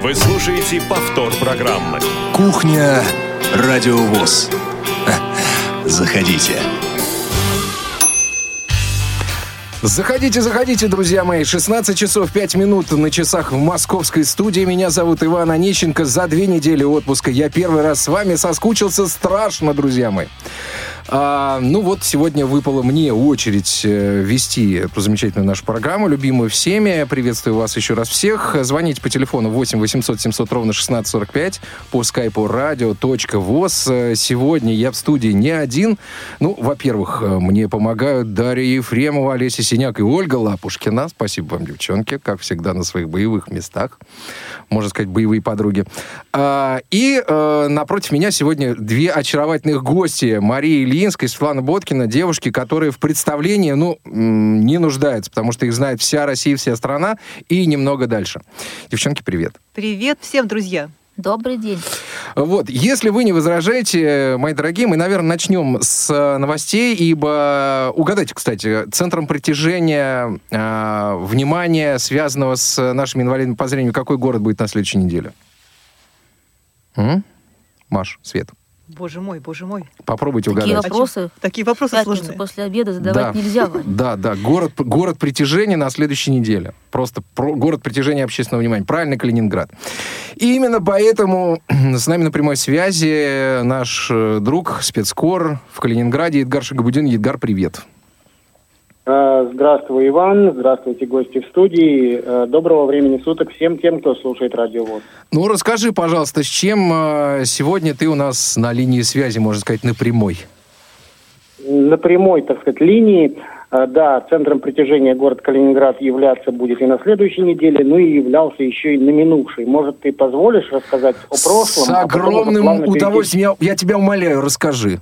Вы слушаете повтор программы. Кухня Радио ВОС. Заходите. Заходите, друзья мои. 16 часов 5 минут на часах в московской студии. Меня зовут Иван Онищенко. За 2 недели отпуска я первый раз с вами соскучился страшно, друзья мои. Сегодня выпала мне очередь вести эту замечательную нашу программу, любимую всеми. Приветствую вас еще раз всех. Звоните по телефону 8 800 700 ровно 1645, по скайпу radio.voz. Сегодня я в студии не один. Во-первых, мне помогают Дарья Ефремова, Олеся Синяк и Ольга Лапушкина. Спасибо вам, девчонки, как всегда, на своих боевых местах. Можно сказать, боевые подруги. И напротив меня сегодня 2 очаровательных гости. Мария Ильинская и Светлана Боткина. Девушки, которые в представлении, не нуждаются, потому что их знает вся Россия, вся страна и немного дальше. Девчонки, привет. Привет всем, друзья. Добрый день. Если вы не возражаете, мои дорогие, мы, наверное, начнем с новостей, ибо, угадайте, кстати, центром притяжения внимания, связанного с нашими инвалидами по зрению, какой город будет на следующей неделе? Маш, Свет. Боже мой. Попробуйте угадать. Такие вопросы сложные. После обеда задавать нельзя. Да. Город притяжения на следующей неделе. Просто город притяжения общественного внимания. Правильно, Калининград. И именно поэтому с нами на прямой связи наш друг, спецкор в Калининграде Едгар Шагабудин. Едгар, привет. Здравствуй, Иван. Здравствуйте, гости в студии. Доброго времени суток всем тем, кто слушает Радио ВОС. Расскажи, пожалуйста, с чем сегодня ты у нас на линии связи, можно сказать, на прямой? На прямой, так сказать, линии. Да, центром притяжения город Калининград являться будет и на следующей неделе, и являлся еще и на минувшей. Может, ты позволишь рассказать о прошлом? С огромным удовольствием. Я тебя умоляю, расскажи.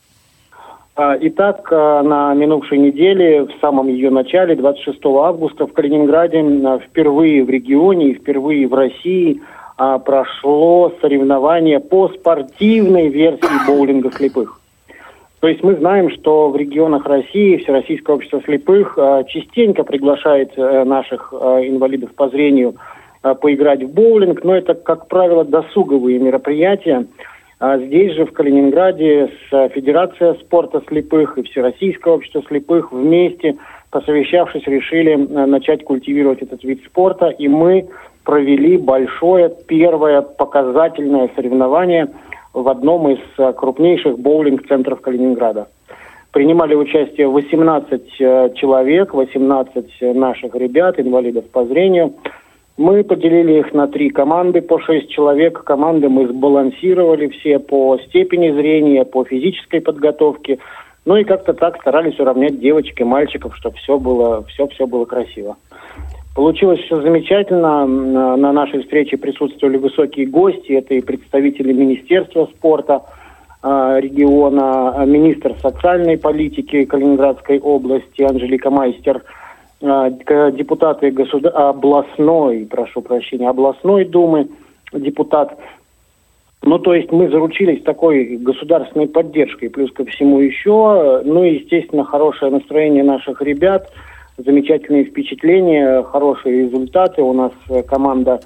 Итак, на минувшей неделе, в самом ее начале, 26 августа, в Калининграде впервые в регионе и впервые в России прошло соревнование по спортивной версии боулинга слепых. То есть мы знаем, что в регионах России Всероссийское общество слепых частенько приглашает наших инвалидов по зрению поиграть в боулинг, но это, как правило, досуговые мероприятия. Здесь же, в Калининграде, Федерация спорта слепых и Всероссийское общество слепых вместе, посовещавшись, решили начать культивировать этот вид спорта. И мы провели большое, первое показательное соревнование в одном из крупнейших боулинг-центров Калининграда. Принимали участие 18 человек, 18 наших ребят, инвалидов по зрению. Мы поделили их на 3 команды по 6 человек. Команды мы сбалансировали все по степени зрения, по физической подготовке. И как-то так старались уравнять девочек и мальчиков, чтобы все было красиво. Получилось все замечательно. На нашей встрече присутствовали высокие гости. Это и представители Министерства спорта региона, министр социальной политики Калининградской области Анжелика Майстер, депутаты областной думы, депутат. То есть мы заручились такой государственной поддержкой, плюс ко всему еще, естественно, хорошее настроение наших ребят, замечательные впечатления, хорошие результаты. У нас команда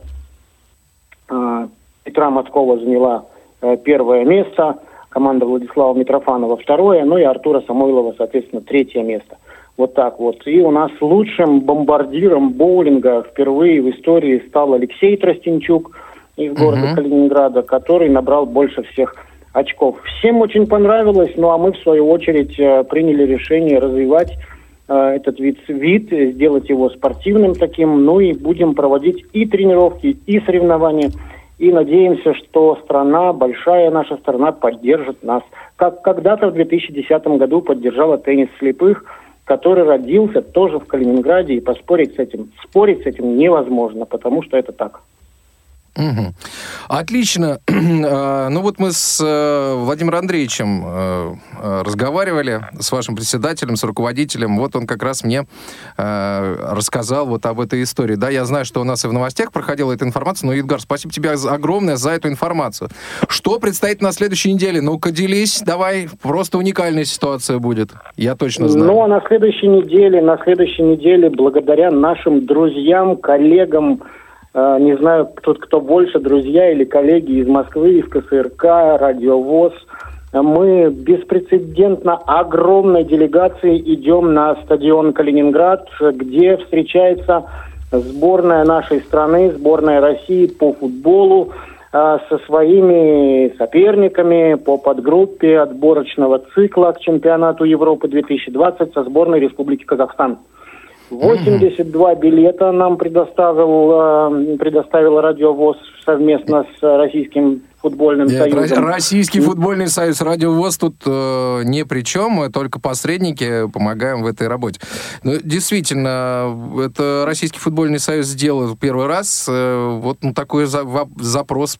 Петра Москова заняла 1 место, команда Владислава Митрофанова 2, и Артура Самойлова, соответственно, 3 место. Вот так вот. И у нас лучшим бомбардиром боулинга впервые в истории стал Алексей Тростенчук из города Калининграда, который набрал больше всех очков. Всем очень понравилось, а мы, в свою очередь, приняли решение развивать этот вид, сделать его спортивным таким, и будем проводить и тренировки, и соревнования, и надеемся, что большая наша страна поддержит нас. Как когда-то в 2010 году поддержала теннис слепых, который родился тоже в Калининграде, и спорить с этим невозможно, потому что это так. Угу. Отлично. Мы с Владимиром Андреевичем разговаривали, с вашим председателем, с руководителем. Вот он как раз мне рассказал об этой истории. Да, я знаю, что у нас и в новостях проходила эта информация, но, Едгар, спасибо тебе огромное за эту информацию. Что предстоит на следующей неделе? Ну-ка, делись, давай. Просто уникальная ситуация будет. Я точно знаю. На следующей неделе, благодаря нашим друзьям, коллегам, Не знаю, кто больше, друзья или коллеги из Москвы, из КСРК, Радио ВОС. Мы беспрецедентно огромной делегацией идем на стадион Калининград, где встречается сборная нашей страны, сборная России по футболу со своими соперниками по подгруппе отборочного цикла к чемпионату Европы 2020 со сборной Республики Казахстан. 82 билета нам предоставила Радио ВОС совместно с Российским футбольным союзом. Российский футбольный союз, Радио ВОС тут ни при чем, мы только посредники, помогаем в этой работе. Но действительно, это Российский футбольный союз сделал первый раз. Вот такой запрос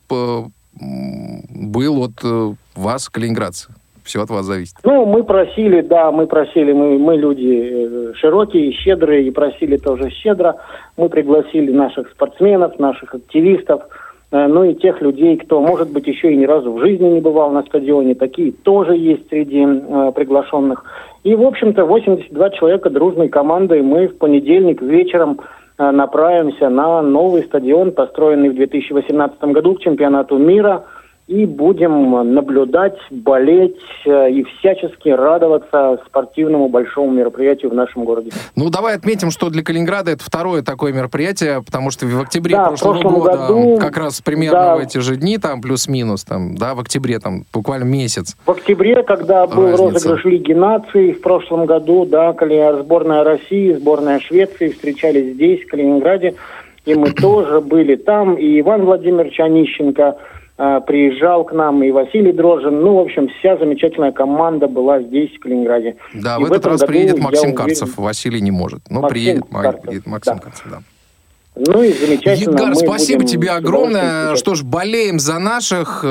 был от вас, калининградцев. Все от вас зависит. Мы просили, мы люди широкие, щедрые, и просили тоже щедро. Мы пригласили наших спортсменов, наших активистов, и тех людей, кто, может быть, еще и ни разу в жизни не бывал на стадионе. Такие тоже есть среди приглашенных. И, в общем-то, 82 человека дружной командой мы в понедельник вечером направимся на новый стадион, построенный в 2018 году к чемпионату мира, и будем наблюдать, болеть и всячески радоваться спортивному большому мероприятию в нашем городе. Давай отметим, что для Калининграда это второе такое мероприятие, потому что в октябре прошлого года, году, как раз примерно в эти же дни, плюс-минус, в октябре, буквально месяц. В октябре, когда был розыгрыш Лиги наций в прошлом году, сборная России, сборная Швеции встречались здесь, в Калининграде, и мы тоже были там, и Иван Владимирович Онищенко приезжал к нам, и Василий Дрожжин. В общем, вся замечательная команда была здесь, в Калининграде. Да, и в этот раз приедет Максим Карцев. Василий не может. Приедет Максим Карцев, да. И замечательно. Едгар, спасибо тебе огромное. Что ж, болеем за наших,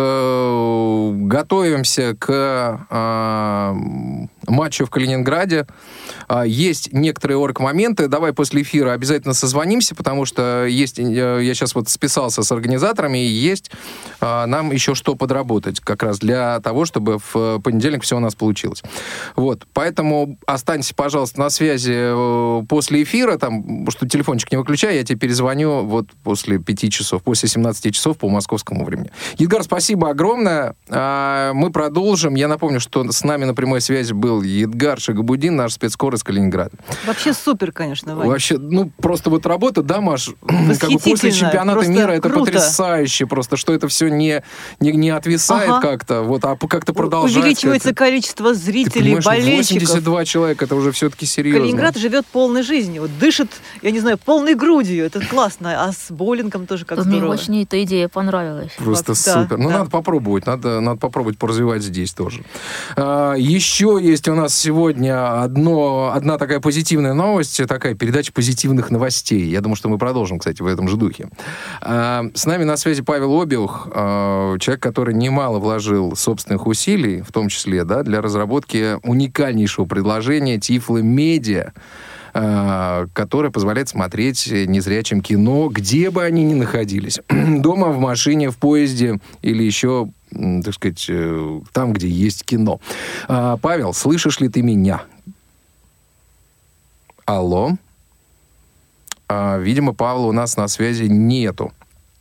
готовимся к матчу в Калининграде. Есть некоторые орг-моменты. Давай после эфира обязательно созвонимся, потому что есть, я сейчас списался с организаторами, и есть нам еще что подработать, как раз для того, чтобы в понедельник все у нас получилось. Поэтому останься, пожалуйста, на связи после эфира, что телефончик не выключай, я тебе перезвоню после 5 часов, после 17 часов по московскому времени. Едгар, спасибо огромное. Мы продолжим. Я напомню, что с нами на прямой связи был Едгар Шагабудин, наш спецкор из Калининграда. Вообще супер, конечно, Ваня. Вообще, просто работа, да, Маш? После чемпионата мира это круто. Потрясающе просто, что это все не отвисает как-то, а как-то продолжается. Увеличивается количество зрителей, болельщиков. 82 человека, это уже все-таки серьезно. Калининград живет полной жизнью, дышит, я не знаю, полной грудью, это классно, а с боулингом тоже как здорово. Мне очень эта идея понравилась. Просто супер. Надо попробовать, надо попробовать поразвивать здесь тоже. Еще есть у нас сегодня одна такая позитивная новость, такая передача позитивных новостей. Я думаю, что мы продолжим, кстати, в этом же духе. С нами на связи Павел Обиух, человек, который немало вложил собственных усилий, в том числе, для разработки уникальнейшего предложения Тифло-медиа, которое позволяет смотреть незрячим кино, где бы они ни находились. Дома, в машине, в поезде или еще, так сказать, там, где есть кино. Павел, слышишь ли ты меня? Алло? Видимо, Павла у нас на связи нету.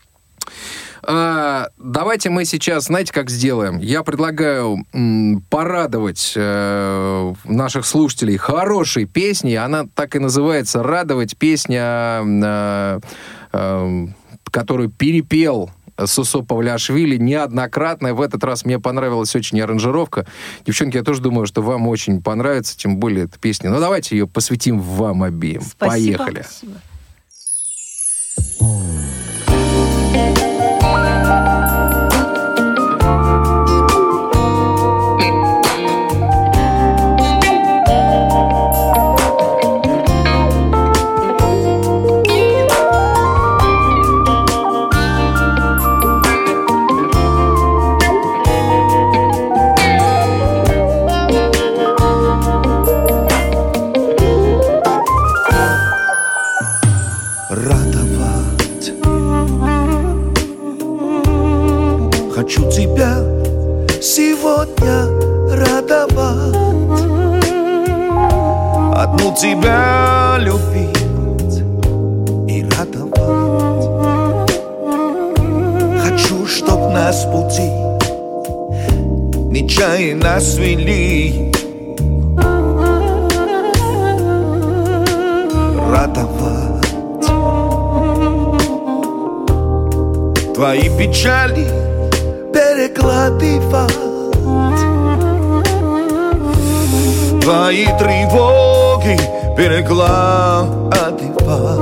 Давайте мы сейчас, знаете, как сделаем? Я предлагаю порадовать наших слушателей хорошей песней. Она так и называется «Радовать», песня, которую перепел Сусо Павлиашвили неоднократно. В этот раз мне понравилась очень аранжировка. Девчонки, я тоже думаю, что вам очень понравится, тем более эта песня. Давайте ее посвятим вам обеим. Спасибо. Поехали. Спасибо. Хочу тебя сегодня радовать, одну тебя любить и радовать. нечаянно свели. Радовать твои печали, перекладывать твои тревоги, перекладывать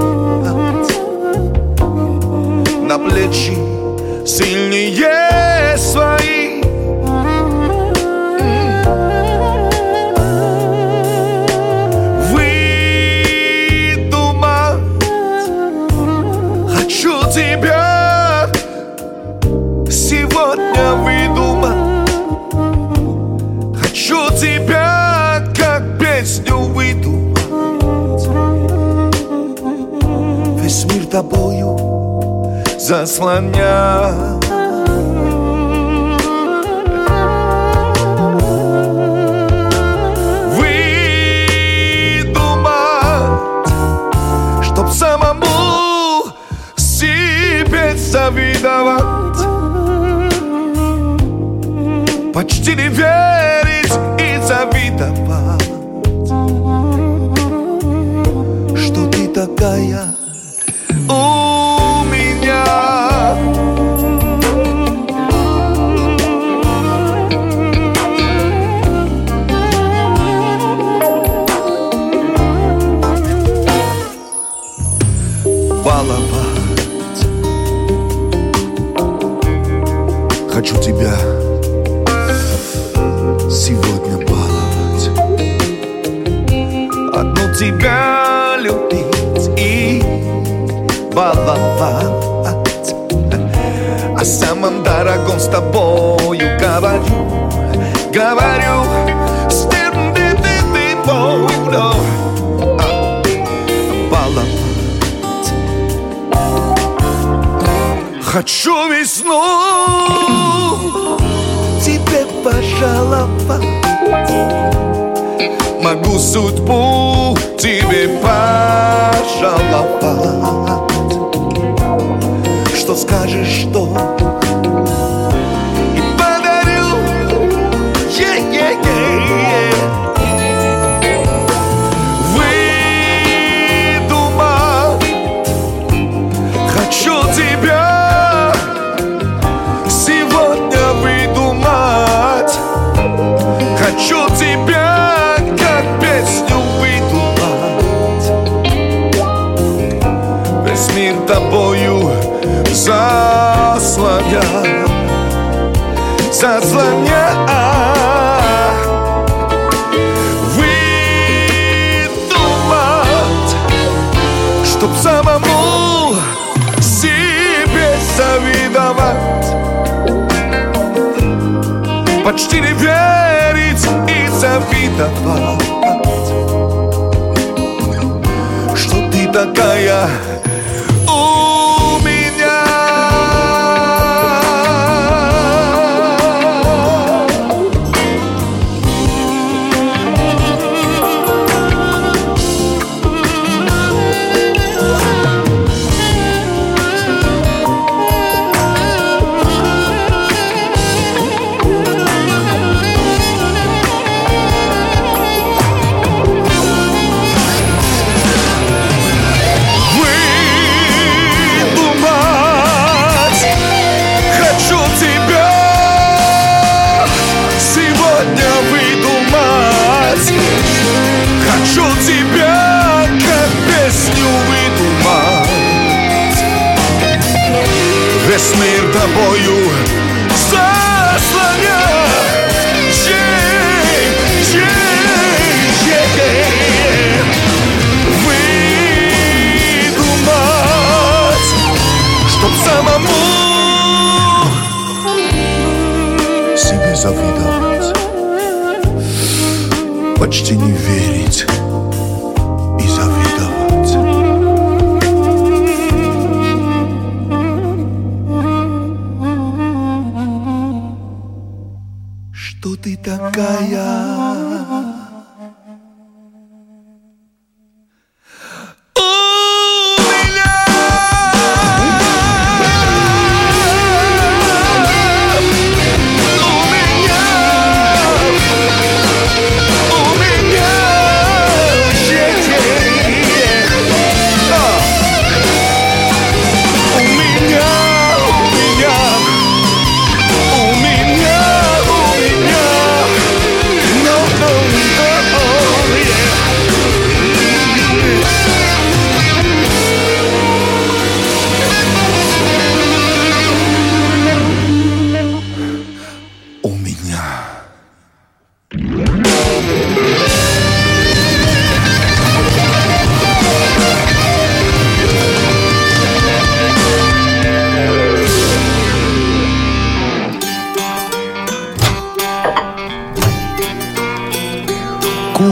на плечи сильнее свои. Хочу тебя сегодня выдумать. Хочу тебя как песню выдумать. Весь мир тобою заслоняет. Выдумать, чтоб самому завидовать, почти не верить и завидовать, что ты такая у меня. Баловать, хочу тебя сегодня баловать, одну тебя любить и баловать. О самом дорогом с тобою говорю, с тем ты буду баловать. Хочу весну тебе пожаловать, могу судьбу тебе пожаловать. Что скажешь, что и подарю, выдумать. Хочу тебя выдумать. Хочу тебя как песню выдумать. Весь мир тобою заслоняет. Выдумать, чтоб самому себе завидовать, почти не верить и завидовать, что ты такая у меня. Хочу тебя как песню выдумать. Весь мир тобою заслоняет. Выдумать, чтоб самому себе завидовать, почти не верить и завидовать. Что ты такая у меня.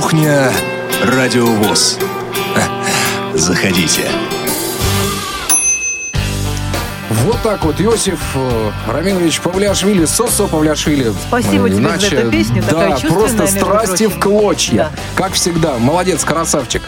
Кухня Радио ВОС. Заходите. Вот так вот Иосиф Рамилович Павлиашвили, Сосо Павлиашвили. Спасибо тебе за эту песню, такая да, чувственная, просто между страсти прочим. в клочья. Да. Как всегда. Молодец, красавчик.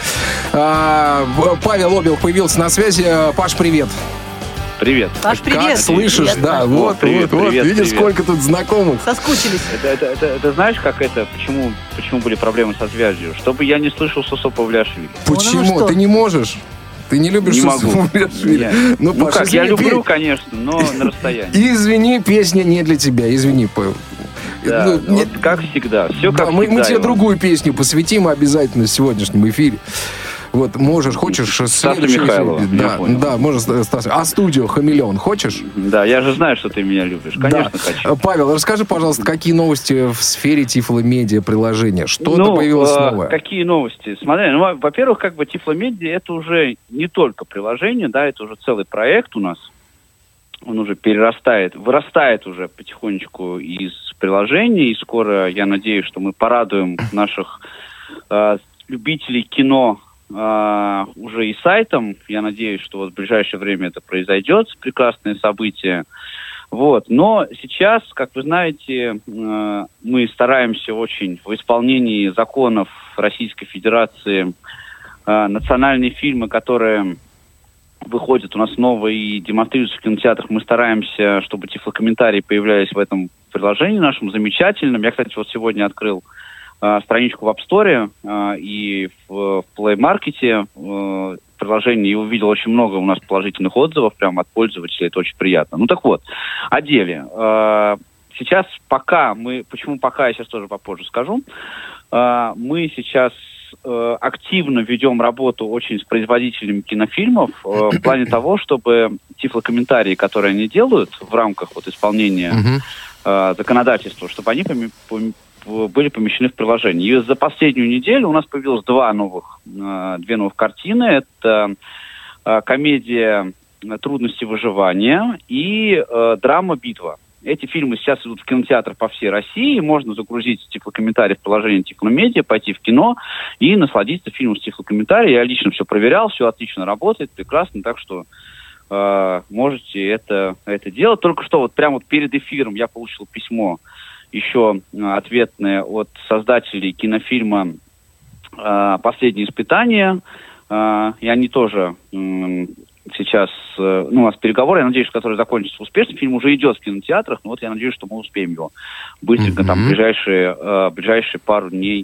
Павел Обиух появился на связи. Паш, привет. Привет. Паш, привет. Как слышишь? Привет, Да, Паш. вот. Привет. Видишь, сколько тут знакомых. Соскучились. Это знаешь, как это? Почему были проблемы со связью? Чтобы я не слышал Сосо Павлиашвили. Почему? что? Ты не можешь? Ты не любишь Не Сосо могу. Павлиашвили? Нет. Ну, Паш, как, я извини, люблю, конечно, но на расстоянии. Извини, песня не для тебя. Извини, Павел. Да, Ну, вот как всегда. Все Да, как мы всегда. тебе Иван. другую песню посвятим обязательно в сегодняшнем эфире. Вот, можешь, хочешь... Стаса следующий- Михайлова, я Да, понял. да, можешь, Стас. А студио «Хамелеон» хочешь? Да, я же знаю, что ты меня любишь. Конечно, Да. хочу. Павел, расскажи, пожалуйста, какие новости в сфере Тифломедиа приложения? Что-то появилось новое? Какие новости? Смотри, во-первых, как бы Тифломедиа это уже не только приложение, да, это уже целый проект у нас. Он уже вырастает уже потихонечку из приложения, и скоро, я надеюсь, что мы порадуем наших любителей кино уже и сайтом. Я надеюсь, что вот в ближайшее время это произойдет, прекрасное событие. Вот. Но сейчас, как вы знаете, мы стараемся очень в исполнении законов Российской Федерации национальные фильмы, которые выходят у нас новые и демонстрируются в кинотеатрах, мы стараемся, чтобы тифлокомментарии появлялись в этом приложении нашем замечательном. Я, кстати, вот сегодня открыл страничку в App Store и в Play Market приложение и увидел очень много у нас положительных отзывов прямо от пользователей. Это очень приятно. Ну так вот, о деле. Сейчас почему пока, я сейчас тоже попозже скажу, мы сейчас активно ведем работу очень с производителями кинофильмов в плане того, чтобы тифлокомментарии, которые они делают в рамках вот исполнения законодательства, чтобы они были помещены в приложение. И за последнюю неделю у нас появилось две новых картины. Это комедия «Трудности выживания» и драма «Битва». Эти фильмы сейчас идут в кинотеатрах по всей России. Можно загрузить тифлокомментарий в приложение Тифломедиа, пойти в кино и насладиться фильмом с тифлокомментарием. Я лично все проверял, все отлично работает, прекрасно. Так что можете это делать. Только что вот прямо вот перед эфиром я получил письмо еще ответное от создателей кинофильма «Последнее испытание». И они тоже сейчас, у нас переговоры, я надеюсь, которые закончатся успешно. Фильм уже идет в кинотеатрах, но вот я надеюсь, что мы успеем его быстренько там ближайшие пару дней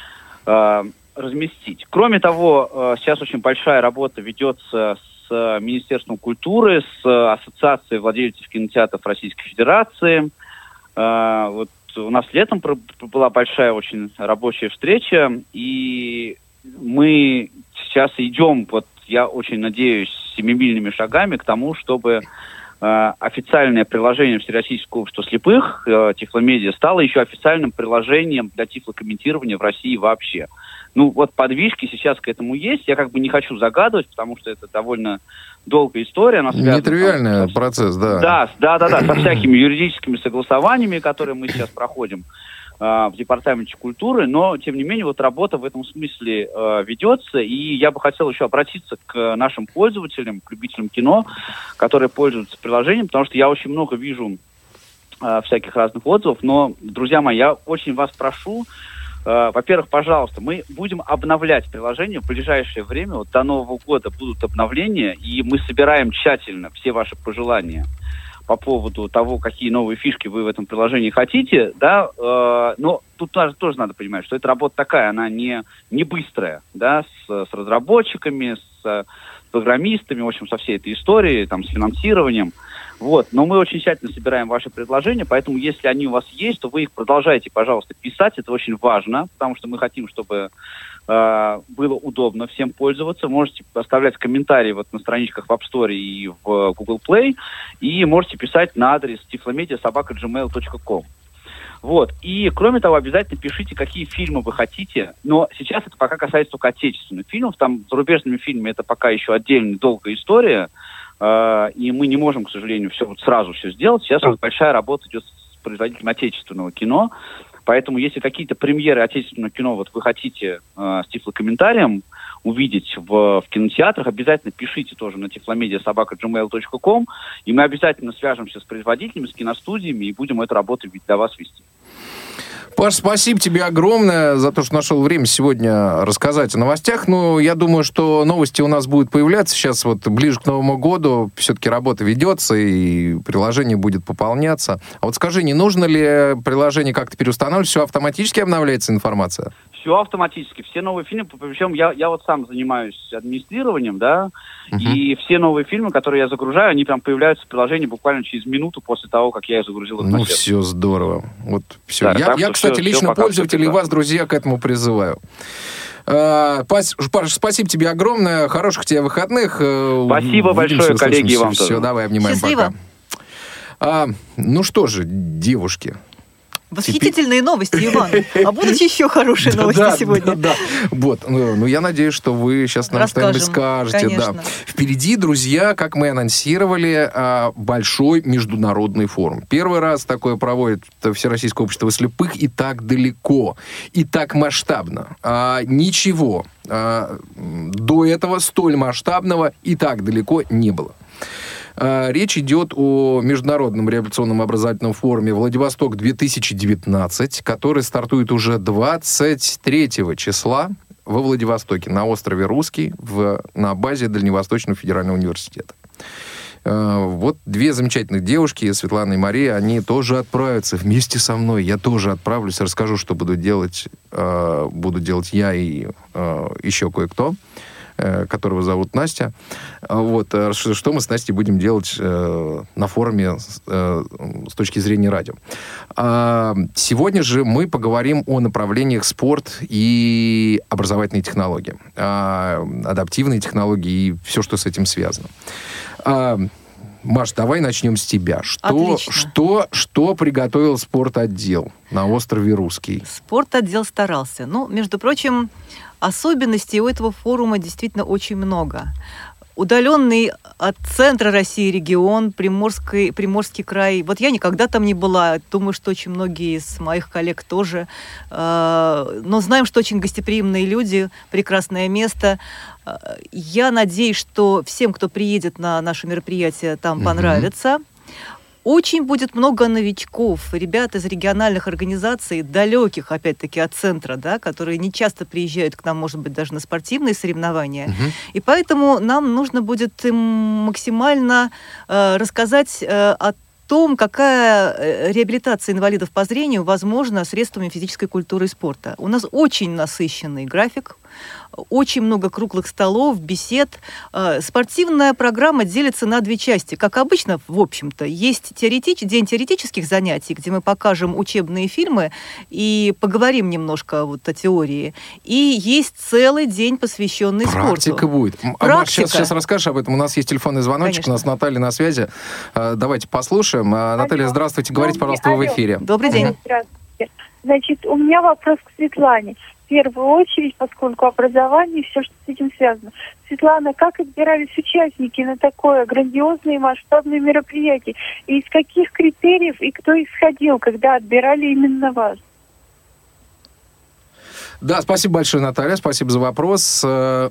разместить. Кроме того, сейчас очень большая работа ведется с Министерством культуры, с Ассоциацией владельцев кинотеатров Российской Федерации. Вот у нас летом была большая очень рабочая встреча, и мы сейчас идем, вот я очень надеюсь, семимильными шагами к тому, чтобы официальное приложение Всероссийского общества слепых Тифломедиа стало еще официальным приложением для тифлокомментирования в России вообще. Ну вот подвижки сейчас к этому есть. Я как бы не хочу загадывать, потому что это довольно долгая история. Она связана, Нетривиальный процесс, да. Да, со всякими юридическими согласованиями, которые мы сейчас проходим в Департаменте культуры, но, тем не менее, вот работа в этом смысле ведется, и я бы хотел еще обратиться к нашим пользователям, к любителям кино, которые пользуются приложением, потому что я очень много вижу всяких разных отзывов, но, друзья мои, я очень вас прошу, во-первых, пожалуйста, мы будем обновлять приложение в ближайшее время, вот до Нового года будут обновления, и мы собираем тщательно все ваши пожелания по поводу того, какие новые фишки вы в этом приложении хотите, да, но тут тоже надо понимать, что эта работа такая, она не быстрая, да, с разработчиками, с программистами, в общем, со всей этой историей, там, с финансированием, вот, но мы очень тщательно собираем ваши предложения, поэтому, если они у вас есть, то вы их продолжайте, пожалуйста, писать, это очень важно, потому что мы хотим, чтобы было удобно всем пользоваться. Можете оставлять комментарии вот на страничках в App Store и в Google Play, и можете писать на адрес tiflomedia@gmail.com. Вот. И, кроме того, обязательно пишите, какие фильмы вы хотите, но сейчас это пока касается только отечественных фильмов, там с зарубежными фильмами это пока еще отдельная долгая история, и мы не можем, к сожалению, сразу все сделать. Сейчас вот большая работа идет с производителем отечественного кино, Поэтому, если какие-то премьеры отечественного кино вот вы хотите с тифлокомментарием увидеть в кинотеатрах, обязательно пишите тоже на tiflomedia@gmail.com, и мы обязательно свяжемся с производителями, с киностудиями, и будем эту работу для вас вести. Паш, спасибо тебе огромное за то, что нашел время сегодня рассказать о новостях. Ну, я думаю, что новости у нас будут появляться сейчас вот ближе к Новому году. Все-таки работа ведется, и приложение будет пополняться. А вот скажи, не нужно ли приложение как-то переустанавливать? Все автоматически обновляется информация? Все автоматически, все новые фильмы, причем я вот сам занимаюсь администрированием, да, и все новые фильмы, которые я загружаю, они прям появляются в приложении буквально через минуту после того, как я их загрузил. Ну, все здорово. Вот все. Да, я кстати, лично пользователь и вас, друзья, к этому призываю. Паш, спасибо тебе огромное. Хороших тебе выходных. Спасибо большое, коллеги, и вам тоже. Все, давай, обнимаем, счастливо. Пока. Ну что же, девушки. Восхитительные новости, Иван. А будут еще хорошие новости сегодня? Да. Вот. Ну, я надеюсь, что вы сейчас нам что-нибудь скажете. Конечно. Да. Впереди, друзья, как мы анонсировали, большой международный форум. Первый раз такое проводит Всероссийское общество слепых, и так далеко, и так масштабно. Ничего до этого столь масштабного и так далеко не было. Речь идет о Международном реабилитационном образовательном форуме «Владивосток-2019», который стартует уже 23 числа во Владивостоке, на острове Русский, на базе Дальневосточного федерального университета. Вот две замечательных девушки, Светлана и Мария, они тоже отправятся вместе со мной. Я тоже отправлюсь, расскажу, что буду делать. Буду делать я и еще кое-кто, которого зовут Настя. Вот, что мы с Настей будем делать на форуме с точки зрения радио. Сегодня же мы поговорим о направлениях спорт и образовательные технологии, адаптивные технологии и все, что с этим связано. Маш, давай начнем с тебя. Что приготовил спортотдел на острове Русский? Спортотдел старался. Ну, между прочим, особенностей у этого форума действительно очень много. Удаленный от центра России регион, Приморский край. Вот я никогда там не была. Думаю, что очень многие из моих коллег тоже. Но знаем, что очень гостеприимные люди, прекрасное место. Я надеюсь, что всем, кто приедет на наше мероприятие, там понравится. Очень будет много новичков, ребят из региональных организаций, далеких, опять-таки, от центра, да, которые не часто приезжают к нам, может быть, даже на спортивные соревнования. И поэтому нам нужно будет им максимально рассказать о том, какая реабилитация инвалидов по зрению возможна средствами физической культуры и спорта. У нас очень насыщенный график, очень много круглых столов, бесед. Спортивная программа делится на две части. Как обычно, в общем-то, есть день теоретических занятий, где мы покажем учебные фильмы и поговорим немножко вот о теории. И есть целый день, посвященный спорту. Практика будет. Маш, сейчас расскажешь об этом. У нас есть телефонный звоночек, Конечно. У нас Наталья на связи. Давайте послушаем. Наталья, здравствуйте. Говорите, пожалуйста, вы в эфире. Добрый день. Здравствуйте. Значит, у меня вопрос к Светлане. В первую очередь, поскольку образование и все, что с этим связано. Светлана, как отбирались участники на такое грандиозное и масштабное мероприятие? И из каких критериев и кто исходил, когда отбирали именно вас? Да, спасибо большое, Наталья, спасибо за вопрос. Нас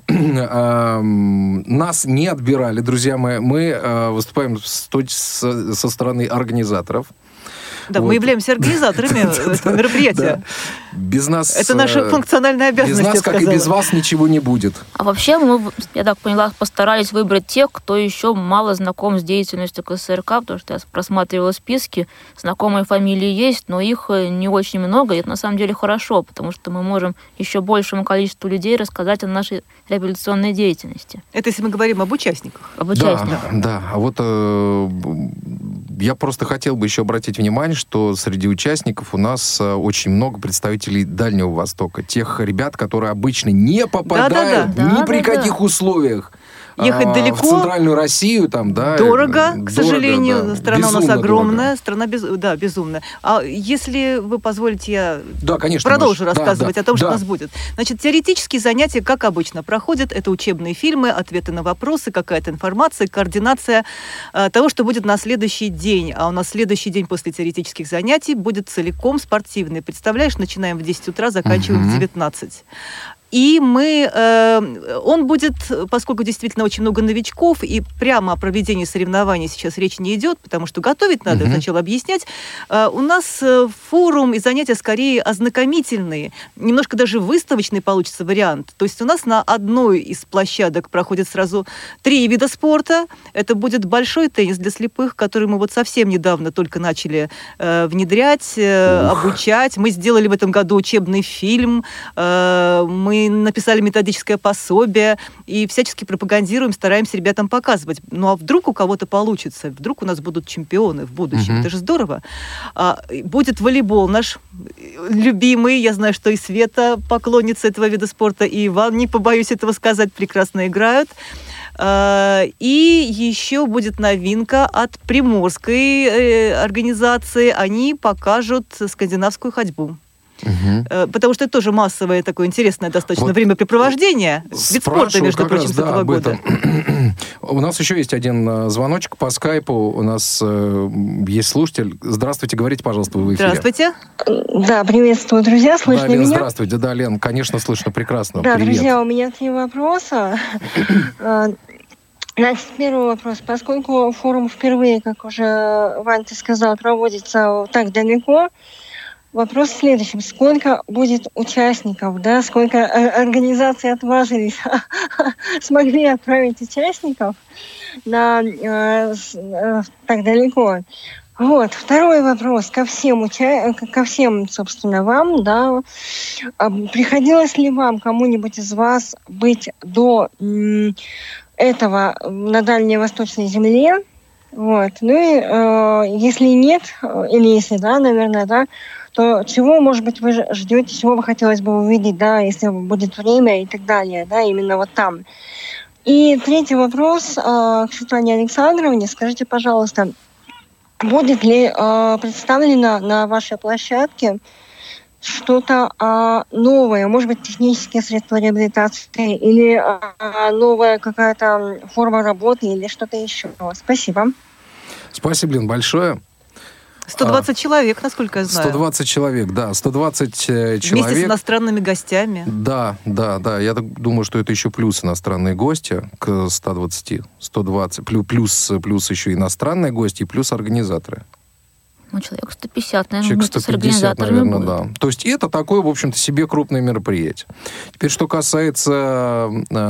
не отбирали, друзья мои. Мы выступаем со стороны организаторов. Да, вот. Мы являемся организаторами этого мероприятия. Без нас... Это наша функциональная обязанность, без нас, как и без вас, ничего не будет. А вообще мы, я так поняла, постарались выбрать тех, кто еще мало знаком с деятельностью КСРК, потому что я просматривала списки, знакомые фамилии есть, но их не очень много, и это на самом деле хорошо, потому что мы можем еще большему количеству людей рассказать о нашей реабилитационной деятельности. Это если мы говорим об участниках. Об участниках. Да. А вот я просто хотел бы еще обратить внимание, что среди участников у нас очень много представителей Дальнего Востока. Тех ребят, которые обычно не попадают ни при каких условиях ехать далеко. В центральную Россию там, да. Дорого, к сожалению. Да. Страна Безумно у нас огромная. Дорого. Страна безумная. А если вы позволите, я конечно, продолжу Маш. рассказывать о том, что у нас будет. Значит, теоретические занятия, как обычно, проходят. Это учебные фильмы, ответы на вопросы, какая-то информация, координация того, что будет на следующий день. А у нас следующий день после теоретических занятий будет целиком спортивный. Представляешь, начинаем в 10 утра, заканчиваем в 19. И он будет, поскольку действительно очень много новичков, и прямо о проведении соревнований сейчас речь не идет, потому что готовить надо, сначала объяснять. У нас форум и занятия скорее ознакомительные, немножко даже выставочный получится вариант. То есть у нас на одной из площадок проходит сразу 3 вида спорта. Это будет большой теннис для слепых, который мы вот совсем недавно только начали внедрять, обучать. Мы сделали в этом году учебный фильм, мы написали методическое пособие и всячески пропагандируем, стараемся ребятам показывать. Ну а вдруг у кого-то получится, вдруг у нас будут чемпионы в будущем, это же здорово. Будет волейбол наш любимый, я знаю, что и Света поклонница этого вида спорта, и Иван, не побоюсь этого сказать, прекрасно играют. И еще будет новинка от приморской организации, они покажут скандинавскую ходьбу. Потому что это тоже массовое такое интересное достаточно времяпрепровождение. Вид спорта, между прочим, с этого года. У нас еще есть один звоночек по скайпу. У нас есть слушатель. Здравствуйте, говорите, пожалуйста, вы в эфире. Здравствуйте. Да, приветствую, друзья. Слышно Лен, меня? Здравствуйте. Да, Лен, конечно, слышно прекрасно. Да, привет. друзья, у меня 3 вопроса. Значит, первый вопрос. Поскольку форум впервые, как уже Вань, ты сказал, проводится так далеко, вопрос в следующем. Сколько будет участников, да? Сколько организаций отважились, смогли отправить участников так далеко? Вот. Второй вопрос ко всем, собственно, вам, да. Приходилось ли вам, кому-нибудь из вас, быть до этого на Дальней Восточной земле? Вот. Ну и если нет, или если да, наверное, да, то чего, может быть, вы ждете, чего бы хотелось бы увидеть, да, если будет время и так далее, да, именно вот там. И третий вопрос к Светлане Александровне. Скажите, пожалуйста, будет ли представлено на вашей площадке что-то новое, может быть, технические средства реабилитации или новая какая-то форма работы или что-то еще? Спасибо. Спасибо, Лен, большое. 120 человек, насколько я знаю. 120 человек, да. 120 человек. Вместе с иностранными гостями. Да. Я так думаю, что это еще плюс иностранные гости к 120. 120. Плюс еще иностранные гости и плюс организаторы. Ну, человек 150, наверное, человек вместе 150, с организаторами наверное, будет. да. То есть это такое, в общем-то, себе крупное мероприятие. Теперь, что касается...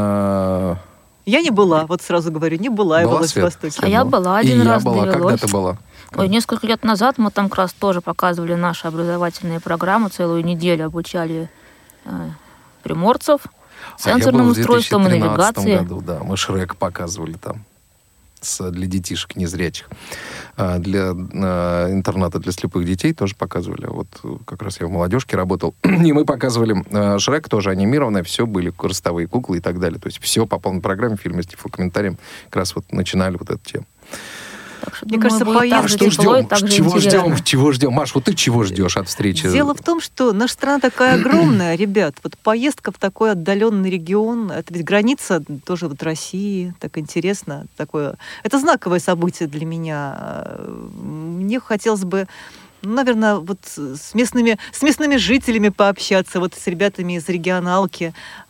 Я не была, вот сразу говорю, не была я в Владивостоке. А я была один раз, довелось. Когда ты была? Ой, несколько лет назад мы там как раз тоже показывали наши образовательные программы, целую неделю обучали приморцев сенсорным устройствам и навигации. Году, да, мы Шрек показывали там для детишек незрячих. Для интерната для слепых детей тоже показывали. Вот как раз я в молодежке работал. И мы показывали Шрек, тоже анимированное. Все были ростовые куклы и так далее. То есть все по полной программе, фильмы с тифлокомментарием. Как раз вот начинали вот эту тему. Мне кажется, поездки... Чего ждем? Маш, вот ты чего ждешь от встречи? Дело в том, что наша страна такая огромная, ребят. Вот поездка в такой отдаленный регион, это ведь граница тоже вот России, так интересно. Такое. Это знаковое событие для меня. Мне хотелось бы, наверное, вот с местными жителями пообщаться, вот с ребятами из регионалки,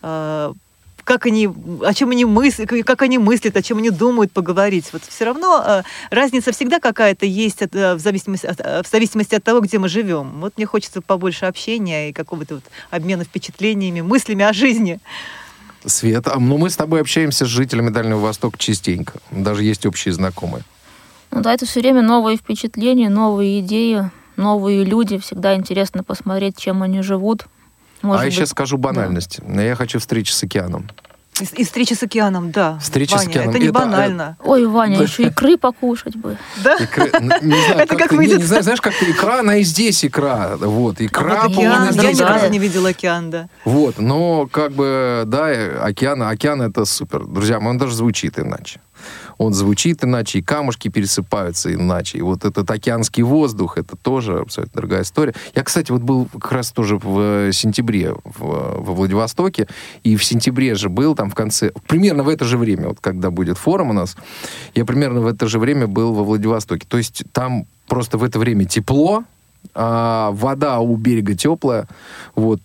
как они мыслят, о чем они думают, поговорить. Вот все равно разница всегда какая-то есть в зависимости от того, где мы живем. Вот мне хочется побольше общения и какого-то вот обмена впечатлениями, мыслями о жизни. Света, мы с тобой общаемся с жителями Дальнего Востока частенько. Даже есть общие знакомые. Ну да, это все время новые впечатления, новые идеи, новые люди. Всегда интересно посмотреть, чем они живут. Может я сейчас скажу банальность. Да. Я хочу встречи с океаном. И встреча с океаном, да. Встреча Ваня, с океаном. это не банально. Ой, Ваня, еще икры покушать бы. Да? Это как выйдет. Знаешь, как-то икра, она и здесь икра. Вот, икра, океан, полная я ни икра. разу не видела океан, да. Вот, но как бы, да, океан это супер. Друзья, он даже звучит иначе. Он звучит иначе, и камушки пересыпаются иначе. И вот этот океанский воздух, это тоже абсолютно другая история. Я, кстати, вот был как раз тоже в сентябре во Владивостоке, и в сентябре же был там в конце, примерно в это же время, вот когда будет форум у нас, я примерно в это же время был во Владивостоке. То есть там просто в это время тепло, а вода у берега теплая, вот,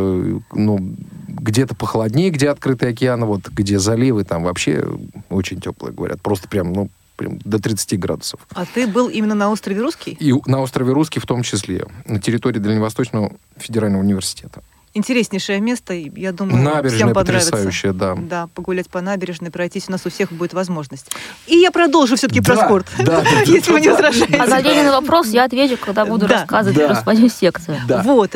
где-то похолоднее, где открытый океан, вот, где заливы, там вообще очень теплые, говорят, просто прям до 30 градусов. А ты был именно на острове Русский? И на острове Русский в том числе, на территории Дальневосточного федерального университета. Интереснейшее место, я думаю, набережная всем понравится. Потрясающая, да. Да, погулять по набережной, пройтись, у нас у всех будет возможность. И я продолжу все-таки про спорт, если вы не возражаете. А на Ленин вопрос я отвечу, когда буду рассказывать про свою секцию. Вот,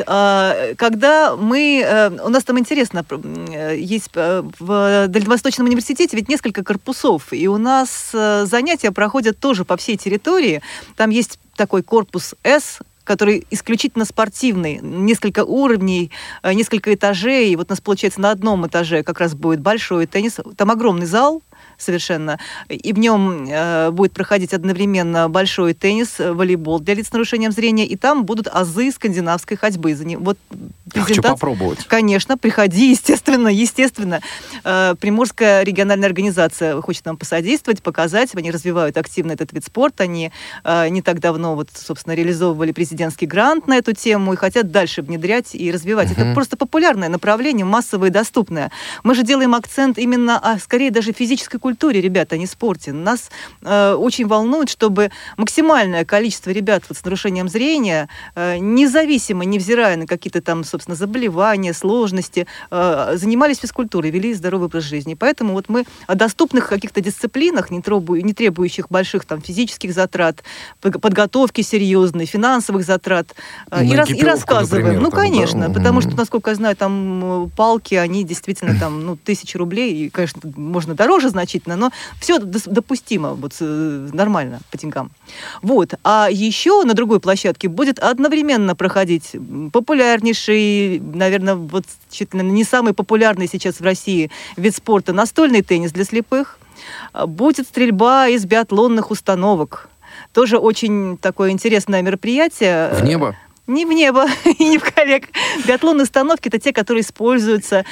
когда у нас там интересно, есть в Дальневосточном университете ведь несколько корпусов, и у нас занятия проходят тоже по всей территории. Там есть такой корпус «С», который исключительно спортивный, несколько уровней, несколько этажей. И вот у нас, получается, на одном этаже как раз будет большой теннис. Там огромный зал совершенно, и в нем будет проходить одновременно большой теннис, волейбол для лиц с нарушением зрения, и там будут азы скандинавской ходьбы. Вот хочу попробовать. Конечно, приходи, естественно. Приморская региональная организация хочет нам посодействовать, показать. Они развивают активно этот вид спорта. Они не так давно, собственно, реализовывали президентский грант на эту тему и хотят дальше внедрять и развивать. Это просто популярное направление, массовое и доступное. Мы же делаем акцент именно, скорее даже физической культуре, ребята, а не спорте. Нас очень волнует, чтобы максимальное количество ребят с нарушением зрения, независимо, невзирая на какие-то там, собственно, заболевания, сложности, занимались физкультурой, вели здоровый образ жизни. Поэтому вот мы о доступных каких-то дисциплинах, не требующих больших там физических затрат, подготовки серьезной, финансовых затрат, и рассказываем. Например, конечно, потому что, насколько я знаю, там палки, они действительно там, 1000 рублей, и, конечно, можно дороже значительно, но все допустимо, нормально по деньгам. Вот. А еще на другой площадке будет одновременно проходить популярнейший, наверное, чуть ли не самый популярный сейчас в России вид спорта — настольный теннис для слепых. Будет стрельба из биатлонных установок. Тоже очень такое интересное мероприятие. В небо? Не в небо и не в коллег. Биатлонные установки — это те, которые используются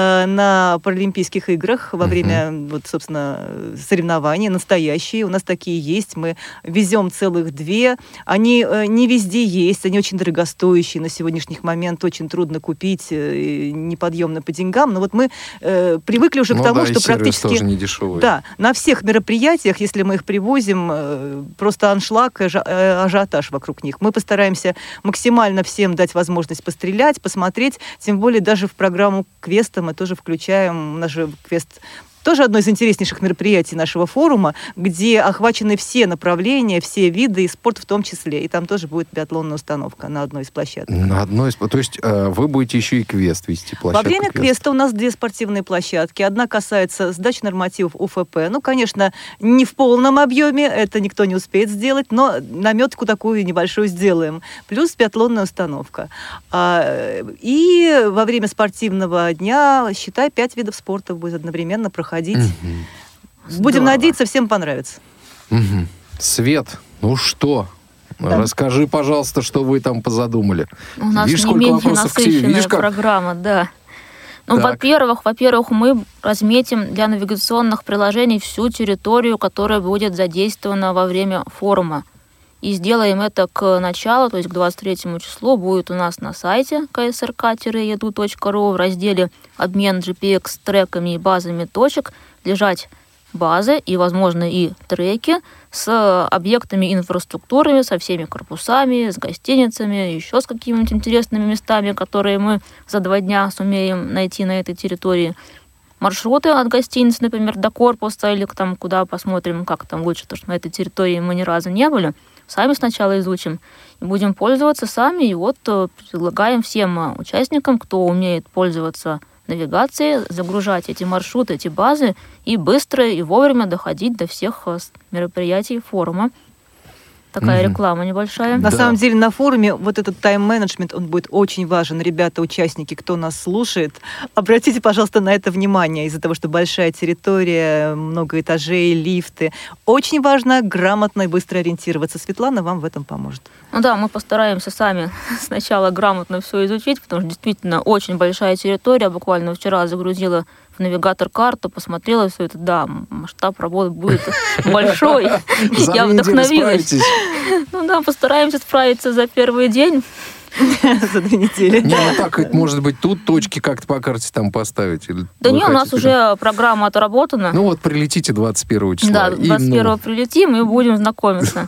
на Паралимпийских играх во время, собственно, соревнований, настоящие. У нас такие есть. Мы везем целых 2. Они не везде есть, они очень дорогостоящие. На сегодняшний момент очень трудно купить, неподъемно по деньгам. Но вот мы привыкли уже к тому, что практически... тоже не дешевый. Да, на всех мероприятиях, если мы их привозим, просто аншлаг, ажиотаж вокруг них. Мы постараемся максимально всем дать возможность пострелять, посмотреть. Тем более даже в программу квеста мы тоже включаем. У нас же квест тоже одно из интереснейших мероприятий нашего форума, где охвачены все направления, все виды, и спорт в том числе. И там тоже будет биатлонная установка на одной из площадок. То есть вы будете еще и квест вести, площадку? Во время квеста у нас 2 спортивные площадки. Одна касается сдачи нормативов УФП. Конечно, не в полном объеме, это никто не успеет сделать, но наметку такую небольшую сделаем. Плюс биатлонная установка. И во время спортивного дня, считай, 5 видов спорта будет одновременно проходить. Будем надеяться, всем понравится. Свет, что? Да. Расскажи, пожалуйста, что вы там позадумали. У нас не менее насыщенная программа, да. Во-первых, мы разметим для навигационных приложений всю территорию, которая будет задействована во время форума. И сделаем это к началу, то есть к 23 числу, будет у нас на сайте ksrk-edu.ru в разделе «Обмен GPX-треками и базами точек» лежать базы и, возможно, и треки с объектами инфраструктуры, со всеми корпусами, с гостиницами, еще с какими-нибудь интересными местами, которые мы за 2 дня сумеем найти на этой территории. Маршруты от гостиницы, например, до корпуса или там, куда посмотрим, как там лучше, потому что на этой территории мы ни разу не были. Сами сначала изучим и будем пользоваться сами. И предлагаем всем участникам, кто умеет пользоваться навигации, загружать эти маршруты, эти базы и быстро и вовремя доходить до всех мероприятий форума. Такая реклама небольшая. На самом деле на форуме вот этот тайм-менеджмент, он будет очень важен. Ребята, участники, кто нас слушает, обратите, пожалуйста, на это внимание. Из-за того, что большая территория, много этажей, лифты. Очень важно грамотно и быстро ориентироваться. Светлана вам в этом поможет. Ну да, мы постараемся сами сначала грамотно все изучить, потому что действительно очень большая территория. Буквально вчера загрузила в навигатор карту, посмотрела все это. Да, масштаб работы будет большой. Я вдохновилась. Ну да, постараемся справиться за первый день. За 2 недели. Не, ну так, может быть, тут точки как-то по карте там поставить? Да не, у нас уже программа отработана. Ну вот прилетите 21 числа. Да, 21 прилетим и будем знакомиться.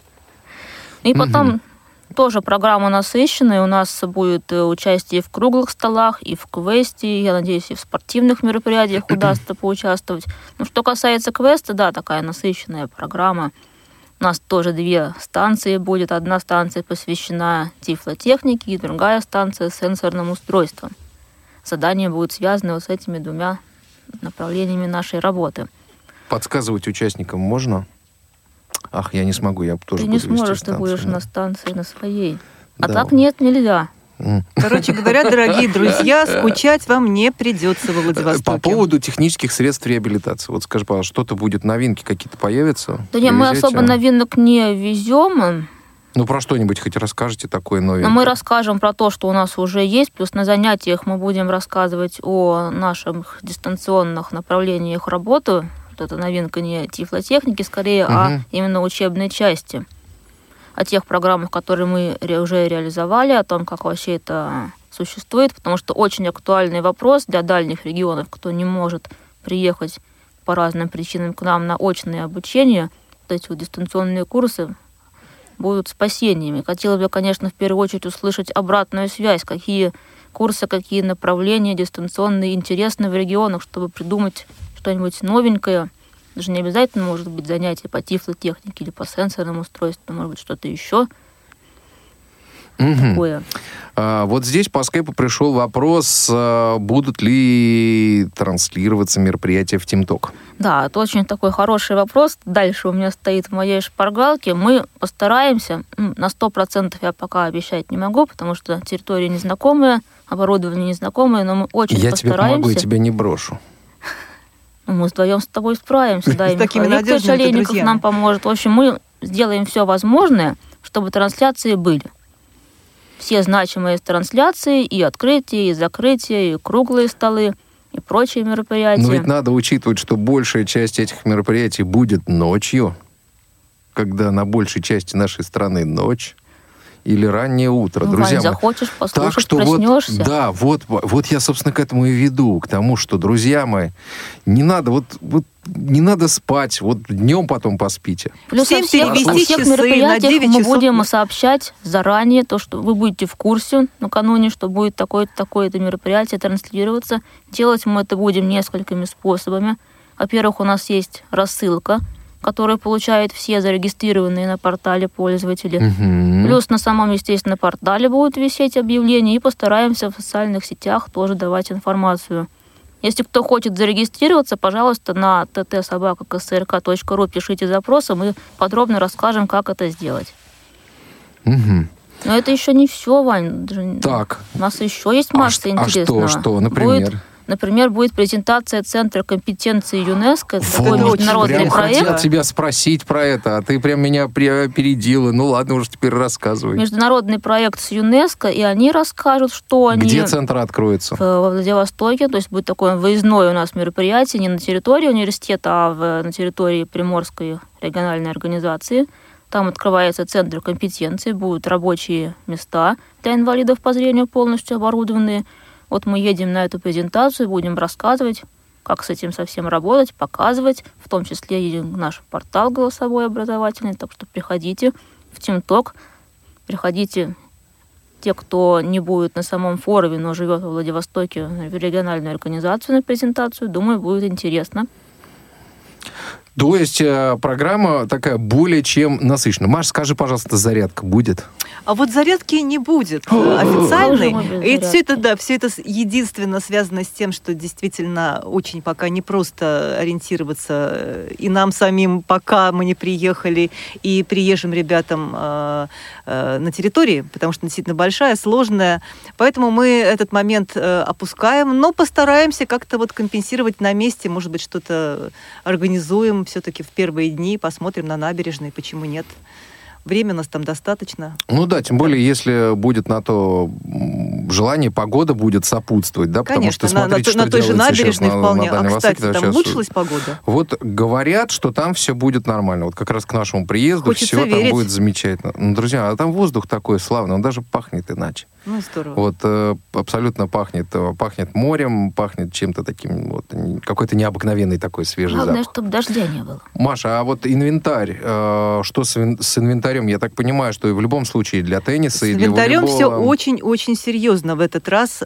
И потом тоже программа насыщенная. У нас будет участие в круглых столах, и в квесте, я надеюсь, и в спортивных мероприятиях удастся поучаствовать. Ну, что касается квеста, да, такая насыщенная программа. У нас тоже 2 станции будет. Одна станция посвящена тифлотехнике, и другая станция сенсорным устройствам. Задания будут связаны вот с этими 2 направлениями нашей работы. Подсказывать участникам можно? Ах, я не смогу, я тоже ты буду вести не сможешь, станцию, ты будешь да. на станции, на своей. А Да. так нет, нельзя. Короче говоря, дорогие друзья, скучать вам не придется во Владивостоке. По поводу технических средств реабилитации. Вот скажи, пожалуйста, что-то будет, новинки какие-то появятся? Да нет, мы Привезете? особо новинок не везем. Ну, про что-нибудь хоть расскажете такое новенькое? Но мы расскажем про то, что у нас уже есть, плюс на занятиях мы будем рассказывать о наших дистанционных направлениях работы. Вот эта новинка не тифлотехники, скорее, а именно учебной части. О тех программах, которые мы уже реализовали, о том, как вообще это существует, потому что очень актуальный вопрос для дальних регионов, кто не может приехать по разным причинам к нам на очное обучение. Вот эти вот дистанционные курсы будут спасениями. Хотелось бы, конечно, в первую очередь услышать обратную связь, какие курсы, какие направления дистанционные интересны в регионах, чтобы придумать что-нибудь новенькое. Даже не обязательно может быть занятие по тифлотехнике или по сенсорному устройству, может быть что-то еще такое. Вот здесь по скайпу пришел вопрос, будут ли транслироваться мероприятия в ТимТок? Да, это очень такой хороший вопрос. Дальше у меня стоит в моей шпаргалке. Мы постараемся, на 100% я пока обещать не могу, потому что территория незнакомая, оборудование незнакомое, но мы очень Я постараемся. тебе помогу, я тебя не брошу. Мы вдвоем с тобой справимся, да, и такими Михаил Викторович надежными Олейников друзьями. нам поможет. В общем, мы сделаем все возможное, чтобы трансляции были. Все значимые трансляции, и открытия, и закрытия, и круглые столы, и прочие мероприятия. Но ведь надо учитывать, что большая часть этих мероприятий будет ночью, когда на большей части нашей страны ночь. Или раннее утро, Ну, друзья Вань, мои. захочешь послушать, Так что проснешься. вот я, собственно, к этому и веду, к тому, что, друзья мои, не надо не надо спать, вот днем потом поспите. Плюс Всем о всех перевести часы на мероприятиях 9 мы часов. будем сообщать заранее, то, что вы будете в курсе накануне, что будет такое-то мероприятие транслироваться. Делать мы это будем несколькими способами. Во-первых, у нас есть рассылка, которую получают все зарегистрированные на портале пользователи. Плюс на самом, естественно, портале будут висеть объявления, и постараемся в социальных сетях тоже давать информацию. Если кто хочет зарегистрироваться, пожалуйста, на tt@ksrk.ru пишите запросы, мы подробно расскажем, как это сделать. Но это еще не все, Вань. Так. У нас еще есть масса интересного. Что, например? Например, будет презентация Центра компетенции ЮНЕСКО. Это такой Вот, международный прям проект. хотел тебя спросить про это, а ты прям меня опередила. Ну ладно, уже теперь рассказывай. Международный проект с ЮНЕСКО, и они расскажут, что они... Где центр откроется? Во Владивостоке. То есть будет такое выездное у нас мероприятие не на территории университета, а на территории Приморской региональной организации. Там открывается центр компетенции, будут рабочие места для инвалидов по зрению полностью оборудованные. Вот мы едем на эту презентацию, будем рассказывать, как с этим совсем работать, показывать, в том числе и наш портал голосовой образовательный. Так что приходите в ТимТок, приходите те, кто не будет на самом форуме, но живет во Владивостоке, в региональную организацию на презентацию. Думаю, будет интересно. То есть программа такая более чем насыщенная. Маш, скажи, пожалуйста, зарядка будет? А вот зарядки не будет официальной. И все это единственно связано с тем, что действительно очень пока не просто ориентироваться и нам самим, пока мы не приехали, и приезжим ребятам на территории, потому что действительно большая, сложная. Поэтому мы этот момент опускаем, но постараемся как-то вот компенсировать на месте, может быть, что-то организуем все-таки в первые дни, посмотрим на набережной, почему нет. Время у нас там достаточно. Ну да, тем более, если будет на то желание, погода будет сопутствовать, да, потому конечно, что смотрите, что на той же набережной вполне. на кстати, Востоке, там улучшилась погода? Вот говорят, что там все будет нормально. Вот как раз к нашему приезду Хочется все верить. там будет замечательно. Ну, друзья, а там воздух такой славный, он даже пахнет иначе. Ну, здорово. Вот абсолютно пахнет морем, пахнет чем-то таким, вот, какой-то необыкновенный такой свежий Главное, запах. чтобы дождя не было. Маша, а вот инвентарь, что с инвентарем? Я так понимаю, что и в любом случае для тенниса, и для волейбола... С инвентарем все очень-очень серьезно в этот раз.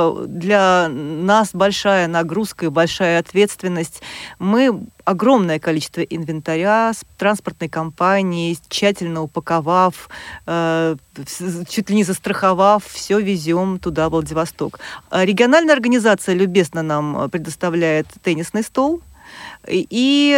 Для нас большая нагрузка и большая ответственность. Мы огромное количество инвентаря с транспортной компанией, тщательно упаковав, чуть ли не застраховав, все везем туда, в Владивосток. Региональная организация любезно нам предоставляет теннисный стол. И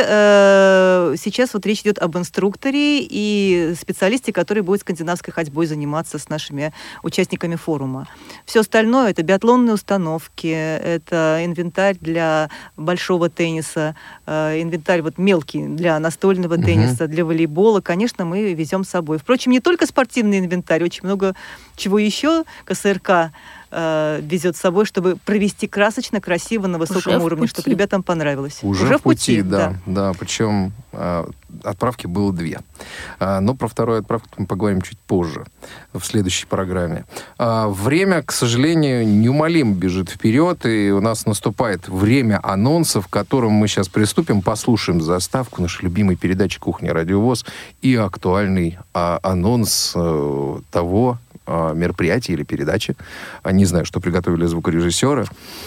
сейчас вот речь идет об инструкторе и специалисте, который будет скандинавской ходьбой заниматься с нашими участниками форума. Все остальное — это биатлонные установки, это инвентарь для большого тенниса, инвентарь вот мелкий для настольного тенниса, для волейбола. Конечно, мы везем с собой. Впрочем, не только спортивный инвентарь, очень много чего еще КСРК везет с собой, чтобы провести красочно, красиво, на высоком уровне, чтобы ребятам понравилось. Уже в пути, да. Причем отправки было 2. Но про вторую отправку мы поговорим чуть позже, в следующей программе. Время, к сожалению, неумолимо бежит вперед, и у нас наступает время анонсов, к которым мы сейчас приступим, послушаем заставку нашей любимой передачи «Кухня Радио ВОС» и актуальный анонс того мероприятия или передачи. Не знаю, что приготовили звукорежиссеры,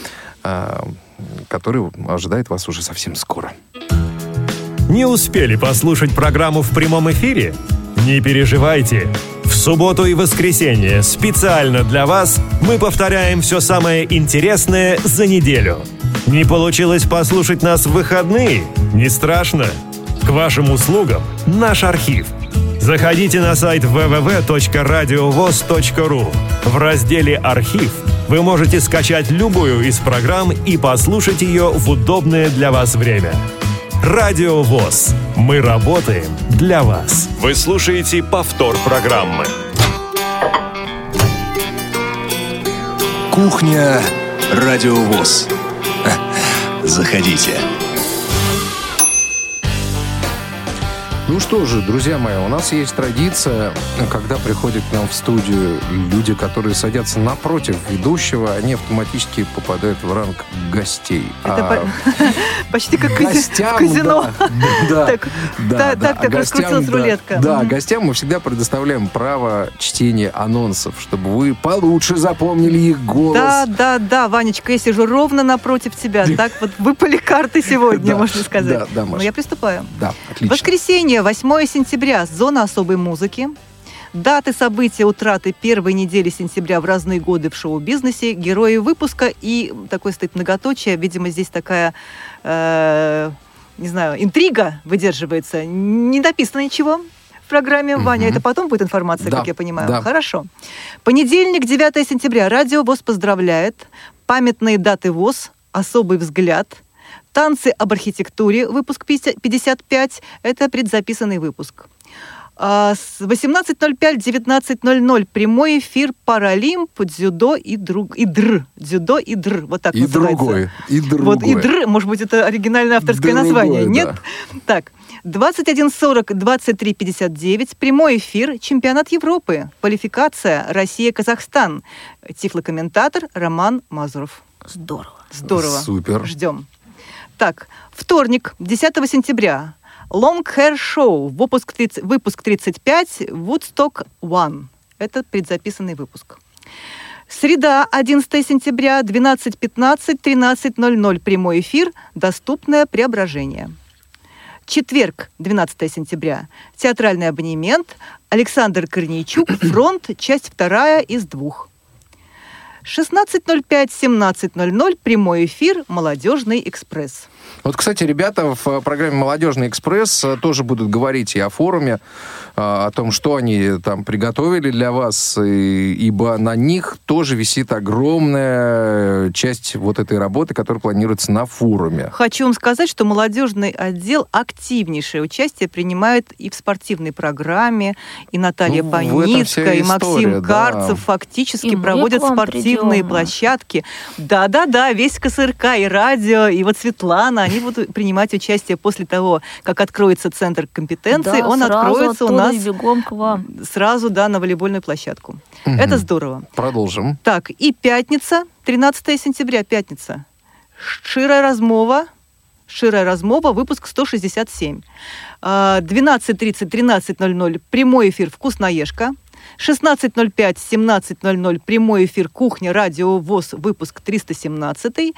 который ожидает вас уже совсем скоро. Не успели послушать программу в прямом эфире? Не переживайте. В субботу и воскресенье специально для вас мы повторяем все самое интересное за неделю. Не получилось послушать нас в выходные? Не страшно. К вашим услугам наш архив. Заходите на сайт www.radiovoz.ru. В разделе «Архив» вы можете скачать любую из программ и послушать ее в удобное для вас время. Радио ВОС. Мы работаем для вас. Вы слушаете повтор программы. Кухня Радио ВОС. Заходите. Ну что же, друзья мои, у нас есть традиция, когда приходят к нам в студию люди, которые садятся напротив ведущего, они автоматически попадают в ранг гостей. Это почти как гостям, в казино. Так раскрутилась рулетка. Да, гостям мы всегда предоставляем право чтения анонсов, чтобы вы получше запомнили их голос. Да, Ванечка, я сижу ровно напротив тебя. Так вот выпали карты сегодня, можно сказать. Да, Маша. Ну, я приступаю. Да, отлично. Воскресенье, 8 сентября, зона особой музыки. Даты события утраты первой недели сентября в разные годы в шоу-бизнесе, герои выпуска и такое стоит многоточие. Видимо, здесь такая, не знаю, интрига выдерживается. Не написано ничего в программе. Ваня, это потом будет информация, как я понимаю? Да. Хорошо. Понедельник, 9 сентября. Радио ВОС поздравляет. Памятные даты ВОС. Особый взгляд. Танцы об архитектуре, выпуск 55, это предзаписанный выпуск. С 18:05-19:00 прямой эфир Паралимп, дзюдо и др. Дзюдо и др. Вот так и называется. И другое. Вот и др, может быть, это оригинальное авторское название. Нет? Да. Так. 21:40-23:59 прямой эфир Чемпионат Европы. Квалификация Россия-Казахстан. Тифлокомментатор Роман Мазуров. Здорово. Супер. Ждем. Так, вторник, 10 сентября. Long Hair Show, выпуск 35, Woodstock One. Это предзаписанный выпуск. Среда, 11 сентября, 12:15, 13:00 прямой эфир, доступное преображение. Четверг, 12 сентября. Театральный абонемент. Александр Корнейчук. Фронт. Часть 2 из 2. 16:05-17:00. Прямой эфир «Молодежный экспресс». Вот, кстати, ребята в программе «Молодежный экспресс» тоже будут говорить и о форуме, о том, что они там приготовили для вас, ибо на них тоже висит огромная часть вот этой работы, которая планируется на форуме. Хочу вам сказать, что молодежный отдел активнейшее участие принимает и в спортивной программе, и Наталья Паницкая, и Максим Карцев фактически проводят спортивные площадки. Да-да-да, весь КСРК, и радио, и вот Светлана, они будут принимать участие после того, как откроется центр компетенции. Да, он откроется у нас бегом к вам. Сразу, да, на волейбольную площадку. Это здорово. Продолжим. Так, и пятница, 13 сентября, пятница. Шчира размова, выпуск 167. 12:30-13:00 прямой эфир «Вкусноежка». 16:05-17:00 прямой эфир «Кухня», радио ВОС, выпуск 317.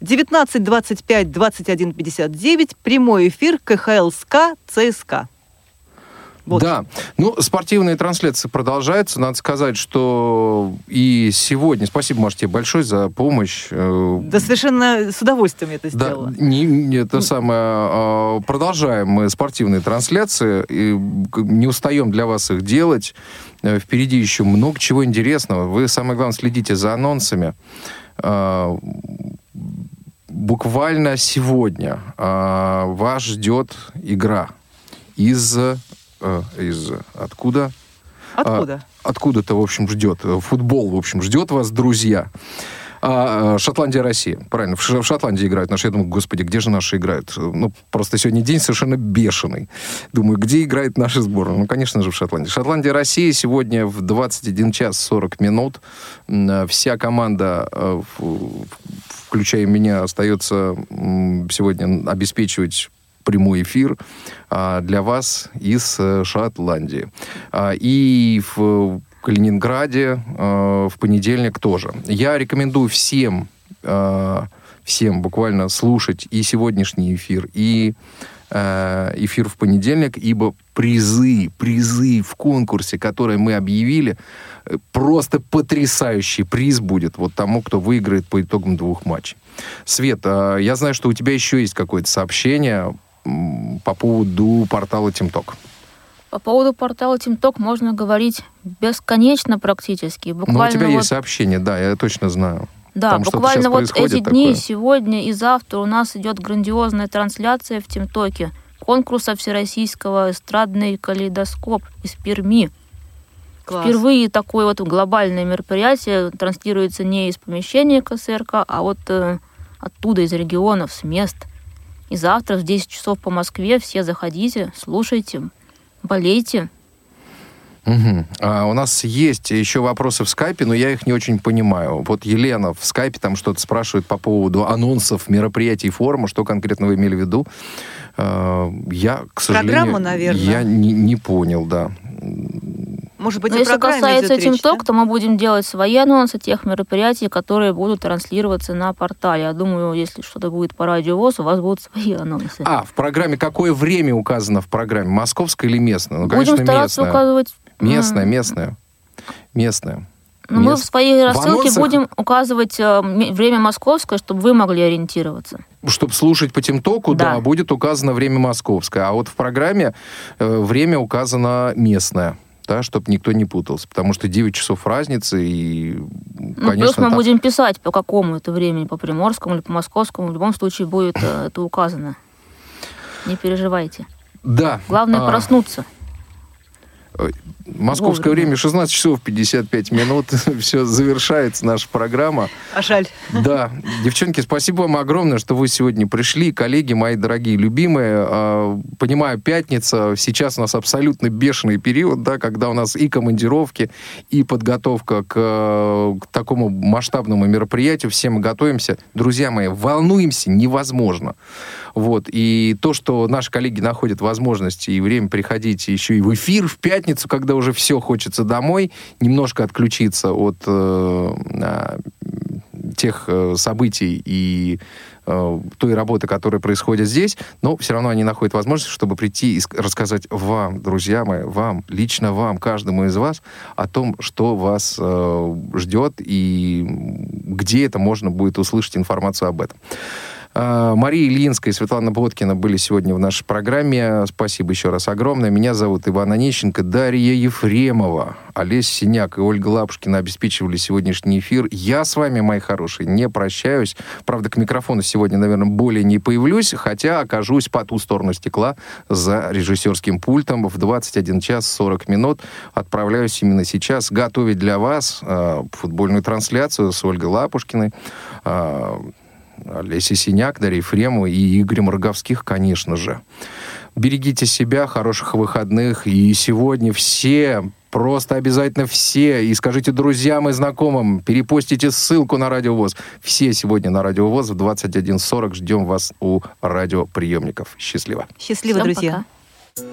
19:25-21:59 прямой эфир КХЛ СКА ЦСКА. Вот. Да, ну, спортивные трансляции продолжаются. Надо сказать, что и сегодня... Спасибо, Маша, тебе большое за помощь. Да, совершенно с удовольствием я это сделала. Да, продолжаем мы спортивные трансляции. И не устаем для вас их делать. Впереди еще много чего интересного. Вы, самое главное, следите за анонсами. Буквально сегодня вас ждет игра откуда? Откуда? Откуда-то, в общем, ждет. Футбол, в общем, ждет вас, друзья. Шотландия-Россия. Правильно, в Шотландии играют наши. Я думаю, господи, где же наши играют? Ну, просто сегодня день совершенно бешеный. Думаю, где играет наша сборная? Ну, конечно же, в Шотландии. Шотландия-Россия сегодня в 21 час 40 минут. Вся команда, включая меня, остается сегодня обеспечивать прямой эфир для вас из Шотландии. И в Калининграде в понедельник тоже. Я рекомендую всем буквально слушать и сегодняшний эфир, и эфир в понедельник, ибо призы в конкурсе, который мы объявили, просто потрясающий приз будет вот тому, кто выиграет по итогам 2 матчей. Свет, я знаю, что у тебя еще есть какое-то сообщение по поводу портала TeamTalk. По поводу портала TeamTalk можно говорить бесконечно практически. Буквально. Но у тебя есть сообщение, да, я точно знаю. Да, там буквально вот эти дни, сегодня и завтра у нас идет грандиозная трансляция в TeamTalk конкурса всероссийского «Эстрадный калейдоскоп» из Перми. Класс. Впервые такое вот глобальное мероприятие транслируется не из помещения КСРК, а вот оттуда, из регионов, с мест. И завтра в 10 часов по Москве все заходите, слушайте, болейте. Угу. У нас есть еще вопросы в скайпе, но я их не очень понимаю. Вот Елена в скайпе там что-то спрашивает по поводу анонсов мероприятий форума. Что конкретно вы имели в виду? Я, к сожалению, программу, наверное. Я не понял, да. Может быть, если касается TeamTalk, то мы будем делать свои анонсы тех мероприятий, которые будут транслироваться на портале. Я думаю, если что-то будет по радио ВОС, у вас будут свои анонсы. В программе какое время указано в программе? Московское или местное? Ну, конечно, будем стараться указывать... Местное. Но мы в своей рассылке будем указывать время московское, чтобы вы могли ориентироваться. Чтобы слушать по TeamTalk, да, будет указано время московское. А вот в программе время указано местное. Да, чтобы никто не путался, потому что 9 часов разницы, и, конечно... Плюс мы будем писать, по какому это времени, по приморскому или по московскому, в любом случае будет это указано. Не переживайте. Да. Главное проснуться. Московское время 16 часов 55 минут. Все, завершается наша программа. А жаль. Да. Девчонки, спасибо вам огромное, что вы сегодня пришли. Коллеги, мои дорогие, любимые. Понимаю, пятница. Сейчас у нас абсолютно бешеный период, да, когда у нас и командировки, и подготовка к такому масштабному мероприятию. Все мы готовимся. Друзья мои, волнуемся невозможно. Вот. И то, что наши коллеги находят возможности и время приходить еще и в эфир в пятницу, когда уже все хочется домой, немножко отключиться от тех событий и той работы, которая происходит здесь, но все равно они находят возможность, чтобы прийти и рассказать вам, друзья мои, вам, лично вам, каждому из вас, о том, что вас ждет и где это можно будет услышать информацию об этом. Мария Ильинская и Светлана Боткина были сегодня в нашей программе. Спасибо еще раз огромное. Меня зовут Иван Онищенко, Дарья Ефремова, Олеся Синяк и Ольга Лапушкина обеспечивали сегодняшний эфир. Я с вами, мои хорошие, не прощаюсь. Правда, к микрофону сегодня, наверное, более не появлюсь, хотя окажусь по ту сторону стекла за режиссерским пультом. В 21 час 40 минут отправляюсь именно сейчас готовить для вас футбольную трансляцию с Ольгой Лапушкиной, Олесей Синяк, Дарьей Ефремовой и Игорем Роговских, конечно же. Берегите себя, хороших выходных. И сегодня все, просто обязательно все, и скажите друзьям и знакомым, перепостите ссылку на Радио ВОС. Все сегодня на Радио ВОС в 21:40. Ждем вас у радиоприемников. Счастливо. Счастливо, Всем друзья. Пока.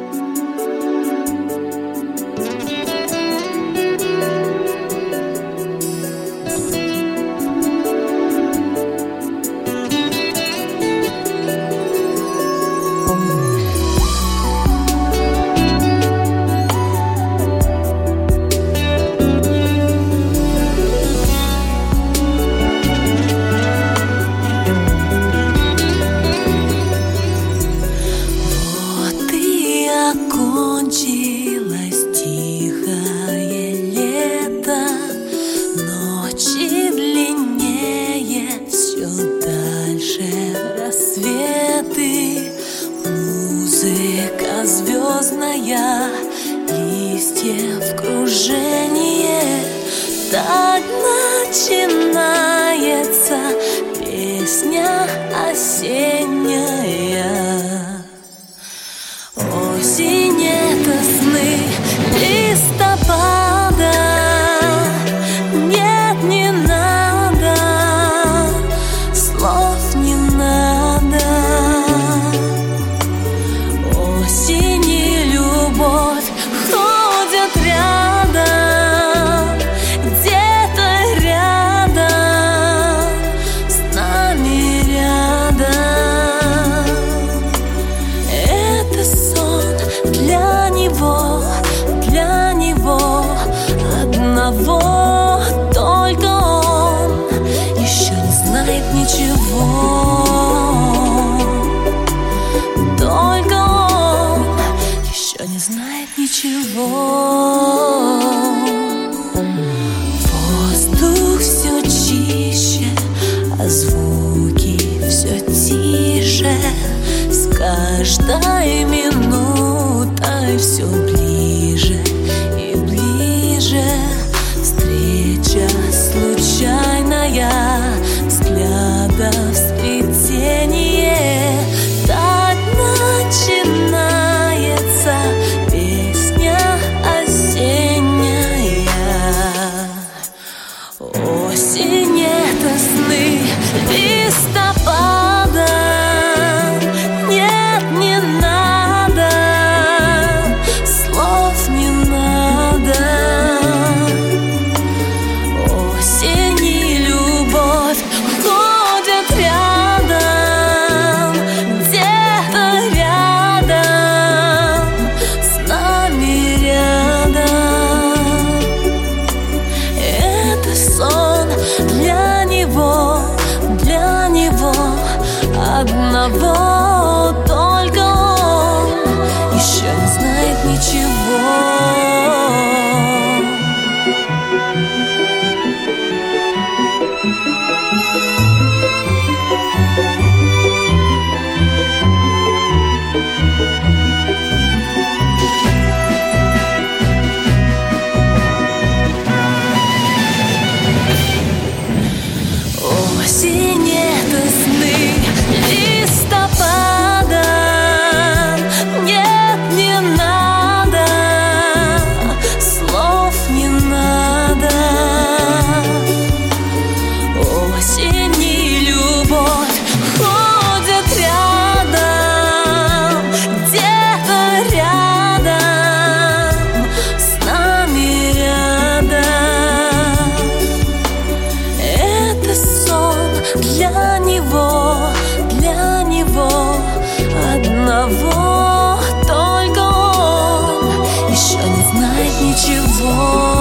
Так начинается песня осенняя. Осень — это сны листопада. Нет, не надо, слов не надо. Осень и любовь ходят рядом, где-то рядом, с нами рядом. Это сон для него одного. Только он еще не знает ничего. Только он еще не знает ничего. Воздух все чище, а звуки все тише. С каждой минутой все ближе и ближе. Встреча случайная, взглядов сплетение. Так начинается песня осенняя. Осень — это сны листопада. Нет, не надо, слов еще не знает ничего.